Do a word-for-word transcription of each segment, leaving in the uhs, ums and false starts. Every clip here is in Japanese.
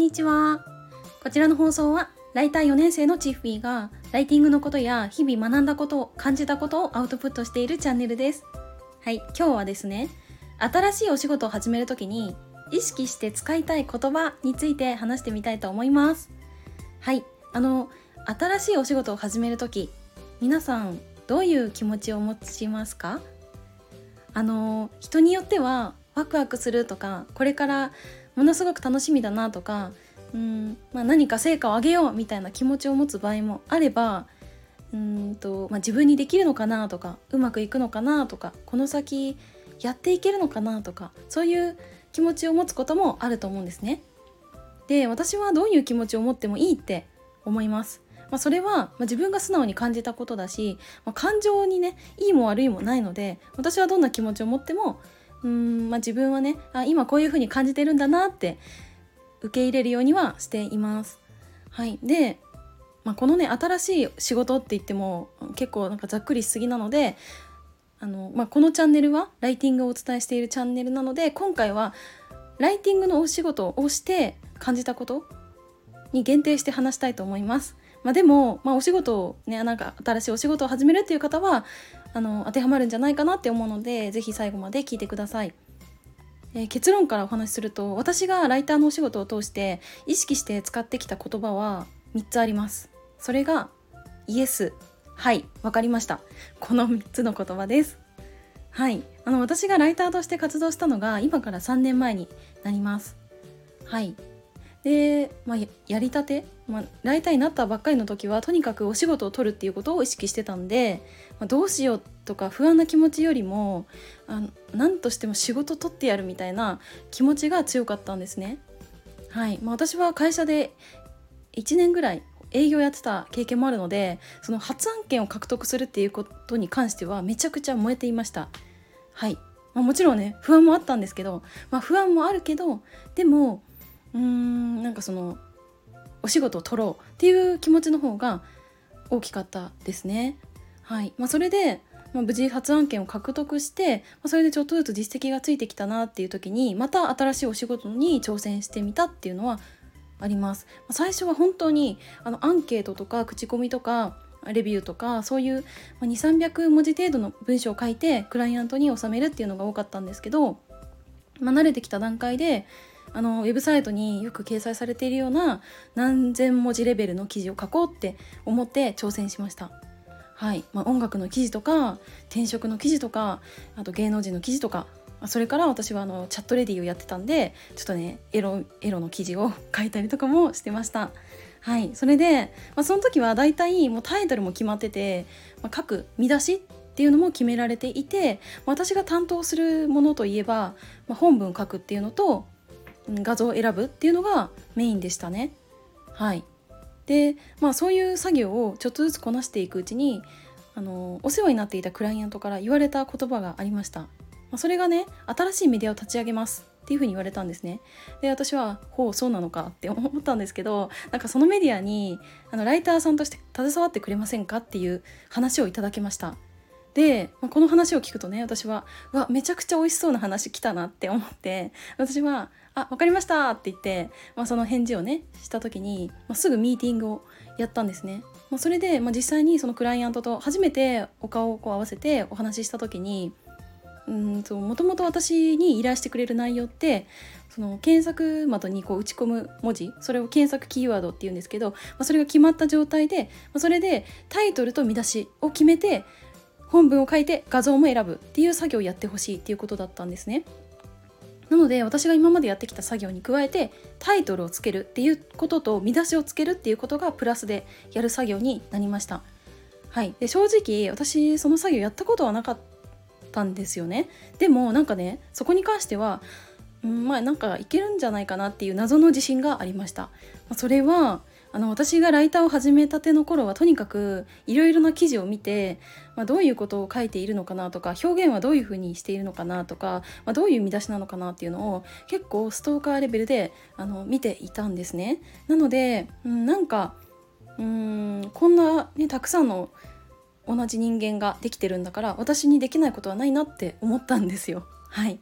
にちは。こちらの放送はライターよねん生のチッフィーがライティングのことや日々学んだことを感じたことをアウトプットしているチャンネルです。はい、今日はですね、新しいお仕事を始めるときに意識して使いたい言葉について話してみたいと思います。はい、あの新しいお仕事を始めるとき、皆さんどういう気持ちを持ちますか？あの人によってはワクワクするとか、これからものすごく楽しみだなとか、うん、まあ、何か成果を上げようみたいな気持ちを持つ場合もあれば、うんと、まあ、自分にできるのかなとか、うまくいくのかなとか、この先やっていけるのかなとか、そういう気持ちを持つこともあると思うんですね。で、私はどういう気持ちを持ってもいいって思います。まあ、それは、まあ、自分が素直に感じたことだし、まあ、感情にね、いいも悪いもないので、私はどんな気持ちを持ってもうーん、まあ、自分はね、あ、今こういう風に感じてるんだなって受け入れるようにはしています。はい。で、まあ、このね、新しい仕事って言っても結構なんかざっくりしすぎなので、あの、まあ、このチャンネルはライティングをお伝えしているチャンネルなので、今回はライティングのお仕事をして感じたことに限定して話したいと思います。まあ、でも、まあ、お仕事をね、なんか新しいお仕事を始めるっていう方はあの当てはまるんじゃないかなって思うので、ぜひ最後まで聞いてください。えー、結論からお話しすると、私がライターのお仕事を通して意識して使ってきた言葉はみっつあります。それがイエス、はい、わかりました。このみっつの言葉です。はい、あの私がライターとして活動したのが今からさんねんまえになります。はい。で、まあ、や, やりたて、まあ、ライターになったばっかりの時はとにかくお仕事を取るっていうことを意識してたんで、まあ、どうしようとか不安な気持ちよりも、あ何としても仕事取ってやるみたいな気持ちが強かったんですね。はい。まあ、私は会社でいちねんぐらい営業やってた経験もあるので、その初案件を獲得するっていうことに関してはめちゃくちゃ燃えていました。はい。まあ、もちろんね、不安もあったんですけど、まあ、不安もあるけど、でもうーんなんかそのお仕事を取ろうっていう気持ちの方が大きかったですね。はい。まあ、それで、まあ、無事初案件を獲得して、まあ、それでちょっとずつ実績がついてきたなっていう時に、また新しいお仕事に挑戦してみたっていうのはあります。まあ、最初は本当にあのアンケートとか口コミとかレビューとか、そういうにせんさんびゃくもじ程度の文章を書いてクライアントに収めるっていうのが多かったんですけど、まあ、慣れてきた段階であのウェブサイトによく掲載されているような何千文字レベルの記事を書こうって思って挑戦しました。はい。まあ、音楽の記事とか転職の記事とか、あと芸能人の記事とか、それから私はあのチャットレディをやってたんで、ちょっとねエロエロの記事を書いたりとかもしてました。はい。それで、まあ、その時はだいたいもうタイトルも決まってて、まあ、書く見出しっていうのも決められていて、私が担当するものといえば、まあ、本文書くっていうのと画像を選ぶっていうのがメインでしたね。はい。で、まあそういう作業をちょっとずつこなしていくうちに、あのお世話になっていたクライアントから言われた言葉がありました。まあ、それがね、新しいメディアを立ち上げますっていうふうに言われたんですね。で、私はほうそうなのかって思ったんですけど、なんかそのメディアにあのライターさんとして携わってくれませんかっていう話をいただきました。で、まあ、この話を聞くとね、私はうわめちゃくちゃ美味しそうな話来たなって思って、私はあわかりましたって言って、まあ、その返事をねした時に、まあ、すぐミーティングをやったんですね。まあ、それで、まあ、実際にそのクライアントと初めてお顔をこう合わせてお話しした時に、うんともともと私に依頼してくれる内容って、その検索窓にこう打ち込む文字、それを検索キーワードっていうんですけど、まあ、それが決まった状態で、まあ、それでタイトルと見出しを決めて本文を書いて画像も選ぶっていう作業をやってほしいっていうことだったんですね。なので私が今までやってきた作業に加えてタイトルをつけるっていうことと見出しをつけるっていうことがプラスでやる作業になりました。はい。で、正直私その作業やったことはなかったんですよね。でもなんかね、そこに関しては、うん、まあなんかいけるんじゃないかなっていう謎の自信がありました。それはあの私がライターを始めたての頃はとにかくいろいろな記事を見て、まあ、どういうことを書いているのかなとか、表現はどういうふうにしているのかなとか、まあ、どういう見出しなのかなっていうのを結構ストーカーレベルであの見ていたんですね。なので、うん、なんかうーんこんな、ね、たくさんの同じ人間ができてるんだから私にできないことはないなって思ったんですよ。はい。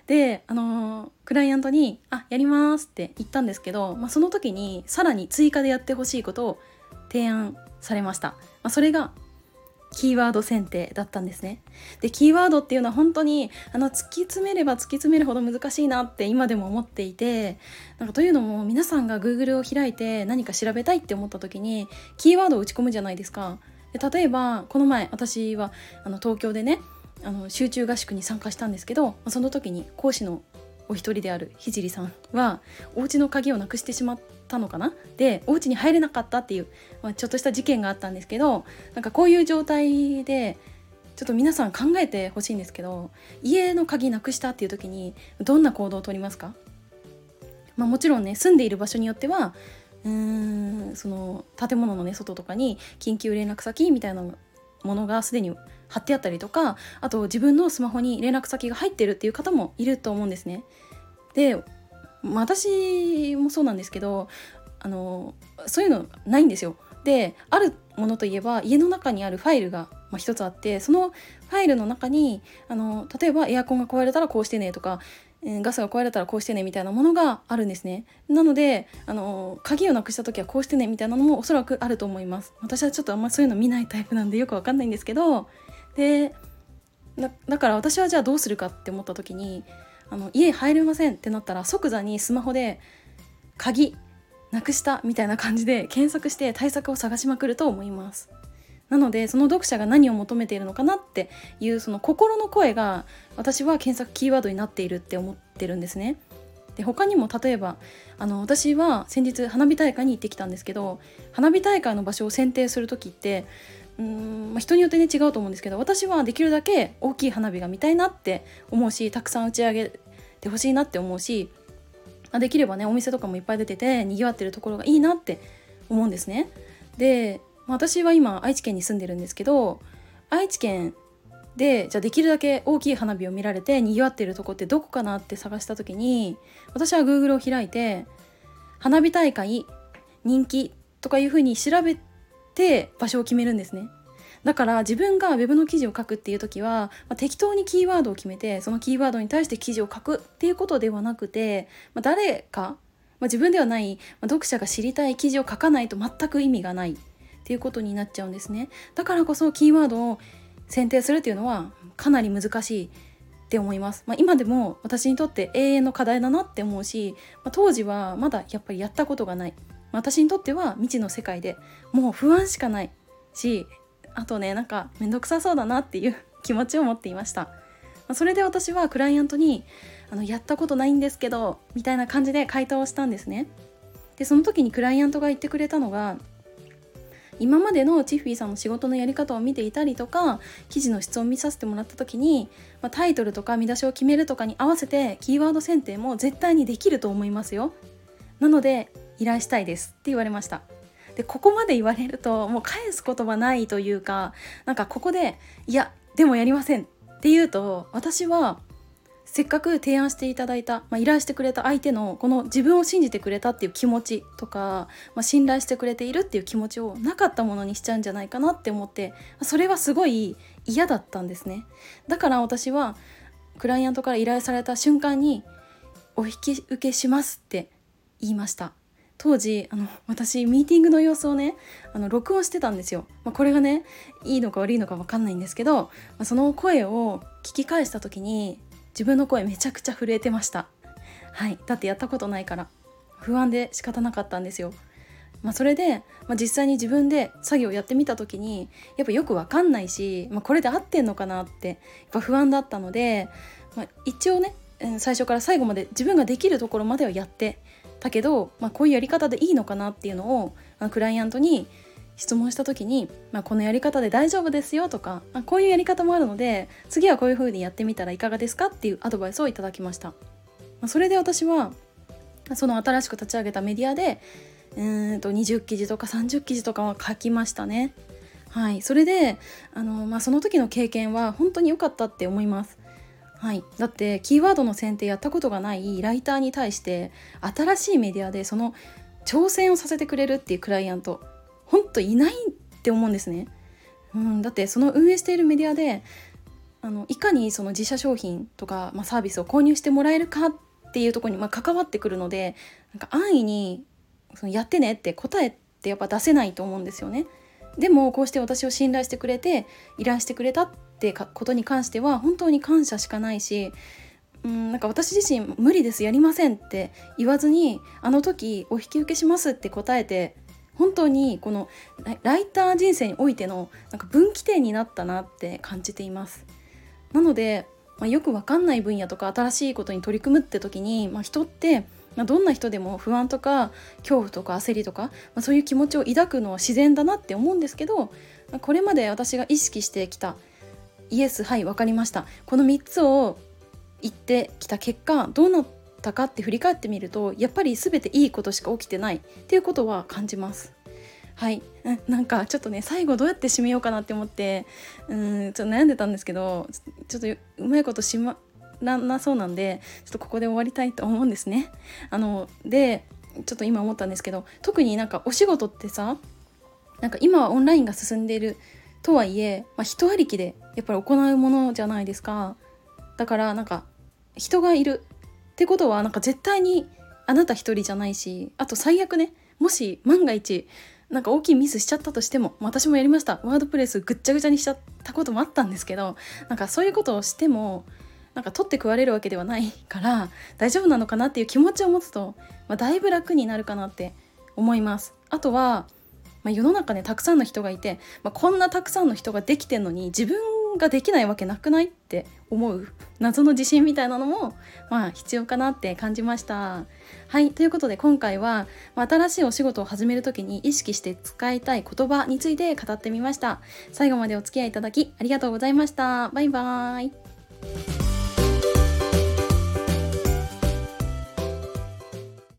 で、あのークライアントに「あ、やります」って言ったんですけど、まあ、その時にさらに追加でやってほしいことを提案されました。まあ、それがキーワード選定だったんですね。で、キーワードっていうのは本当にあの突き詰めれば突き詰めるほど難しいなって今でも思っていて、なんかというのも皆さんが Google を開いて何か調べたいって思った時にキーワードを打ち込むじゃないですか。で、例えばこの前私はあの東京でね、あの集中合宿に参加したんですけど、その時に講師のお一人であるひじりさんはお家の鍵をなくしてしまったのかな、でお家に入れなかったっていう、まあ、ちょっとした事件があったんですけど、なんかこういう状態でちょっと皆さん考えてほしいんですけど、家の鍵なくしたっていう時にどんな行動をとりますか？まあ、もちろんね、住んでいる場所によってはうーんその建物のね外とかに緊急連絡先みたいなものがすでに貼ってあったりとか、あと自分のスマホに連絡先が入ってるっていう方もいると思うんですね。で、私もそうなんですけど、あのそういうのないんですよ。で、あるものといえば家の中にあるファイルが、まあ、一つあって、そのファイルの中にあの例えばエアコンが壊れたらこうしてねとか、えーガスが壊れたらこうしてねみたいなものがあるんですね。なのであの鍵をなくした時はこうしてねみたいなのもおそらくあると思います。私はちょっとあんまそういうの見ないタイプなんでよくわかんないんですけど、で だ, だから私はじゃあどうするかって思った時に、あの家入れませんってなったら即座にスマホで鍵なくしたみたいな感じで検索して対策を探しまくると思います。なのでその読者が何を求めているのかなっていうその心の声が私は検索キーワードになっているって思ってるんですね。で、他にも例えばあの私は先日花火大会に行ってきたんですけど、花火大会の場所を選定する時ってうーん、まあ、人によってね違うと思うんですけど、私はできるだけ大きい花火が見たいなって思うし、たくさん打ち上げてほしいなって思うし、できればねお店とかもいっぱい出てて賑わってるところがいいなって思うんですね。で、私は今愛知県に住んでるんですけど、愛知県でじゃあできるだけ大きい花火を見られて賑わってるとこってどこかなって探した時に、私は Google を開いて花火大会人気とかいう風に調べて場所を決めるんですね。だから自分がウェブの記事を書くっていう時は、まあ、適当にキーワードを決めてそのキーワードに対して記事を書くっていうことではなくて、まあ、誰か、まあ、自分ではない、まあ、読者が知りたい記事を書かないと全く意味がないっていうことになっちゃうんですね。だからこそキーワードを選定するっていうのはかなり難しいって思います。まあ、今でも私にとって永遠の課題だなって思うし、まあ、当時はまだやっぱりやったことがない、私にとっては未知の世界でもう不安しかないし、あとねなんかめんどくさそうだなっていう気持ちを持っていました。まあ、それで私はクライアントにあのやったことないんですけどみたいな感じで回答をしたんですね。で、その時にクライアントが言ってくれたのが、今までのチッフィーさんの仕事のやり方を見ていたりとか記事の質を見させてもらった時に、まあ、タイトルとか見出しを決めるとかに合わせてキーワード選定も絶対にできると思いますよ。なので依頼したいですって言われました。で、ここまで言われるともう返す言葉ないというか、なんかここでいやでもやりませんって言うと、私はせっかく提案していただいた、まあ、依頼してくれた相手のこの自分を信じてくれたっていう気持ちとか、まあ、信頼してくれているっていう気持ちをなかったものにしちゃうんじゃないかなって思って、それはすごい嫌だったんですね。だから私はクライアントから依頼された瞬間にお引き受けしますって言いました。当時あの私ミーティングの様子をねあの録音してたんですよ。まあ、これがねいいのか悪いのか分かんないんですけど、まあ、その声を聞き返した時に自分の声めちゃくちゃ震えてました。はい、だってやったことないから不安で仕方なかったんですよ。まあ、それで、まあ、実際に自分で作業やってみた時にやっぱよく分かんないし、まあ、これで合ってんのかなってやっぱ不安だったので、まあ、一応ね最初から最後まで自分ができるところまではやってたけど、まあ、こういうやり方でいいのかなっていうのをあのクライアントに質問した時に、まあ、このやり方で大丈夫ですよとか、まあ、こういうやり方もあるので次はこういう風にやってみたらいかがですかっていうアドバイスをいただきました。まあ、それで私はその新しく立ち上げたメディアでうーんとにじゅっきじとかさんじゅっきじとかは書きましたね。はい、それであの、まあ、その時の経験は本当に良かったって思います。はい、だってキーワードの選定やったことがないライターに対して新しいメディアでその挑戦をさせてくれるっていうクライアント本当いないって思うんですね。うん、だってその運営しているメディアであのいかにその自社商品とか、まあ、サービスを購入してもらえるかっていうところに、まあ、関わってくるので、なんか安易にそのやってねって答えってやっぱ出せないと思うんですよね。でもこうして私を信頼してくれて依頼してくれたってことに関しては本当に感謝しかないし、うんなんか私自身無理ですやりませんって言わずに、あの時お引き受けしますって答えて、本当にこのライター人生においてのなんか分岐点になったなって感じています。なので、まあ、よくわかんない分野とか新しいことに取り組むって時に、まあ、人ってまあ、どんな人でも不安とか恐怖とか焦りとか、まあ、そういう気持ちを抱くのは自然だなって思うんですけど、まあ、これまで私が意識してきたイエスはい分かりました、このみっつを言ってきた結果どうなったかって振り返ってみると、やっぱり全ていいことしか起きてないっていうことは感じます。はい、なんかちょっとね最後どうやって締めようかなって思ってうーんちょっと悩んでたんですけど、ちょっとうまいこと締まらなそうなんでちょっとここで終わりたいと思うんですね。あのでちょっと今思ったんですけど、特になんかお仕事ってさ、なんか今はオンラインが進んでいるとはいえ、まあ、人ありきでやっぱり行うものじゃないですか。だからなんか人がいるってことはなんか絶対にあなた一人じゃないし、あと最悪ね、もし万が一なんか大きいミスしちゃったとしても、私もやりました。ワードプレスぐっちゃぐちゃにしちゃったこともあったんですけど、なんかそういうことをしてもなんか取って食われるわけではないから大丈夫なのかなっていう気持ちを持つと、まあ、だいぶ楽になるかなって思います。あとは、まあ、世の中ねたくさんの人がいて、まあ、こんなたくさんの人ができてんのに自分ができないわけなくないって思う謎の自信みたいなのもまあ必要かなって感じました。はい、ということで今回は、まあ、新しいお仕事を始めるときに意識して使いたい言葉について語ってみました。最後までお付き合いいただきありがとうございました。バイバーイ。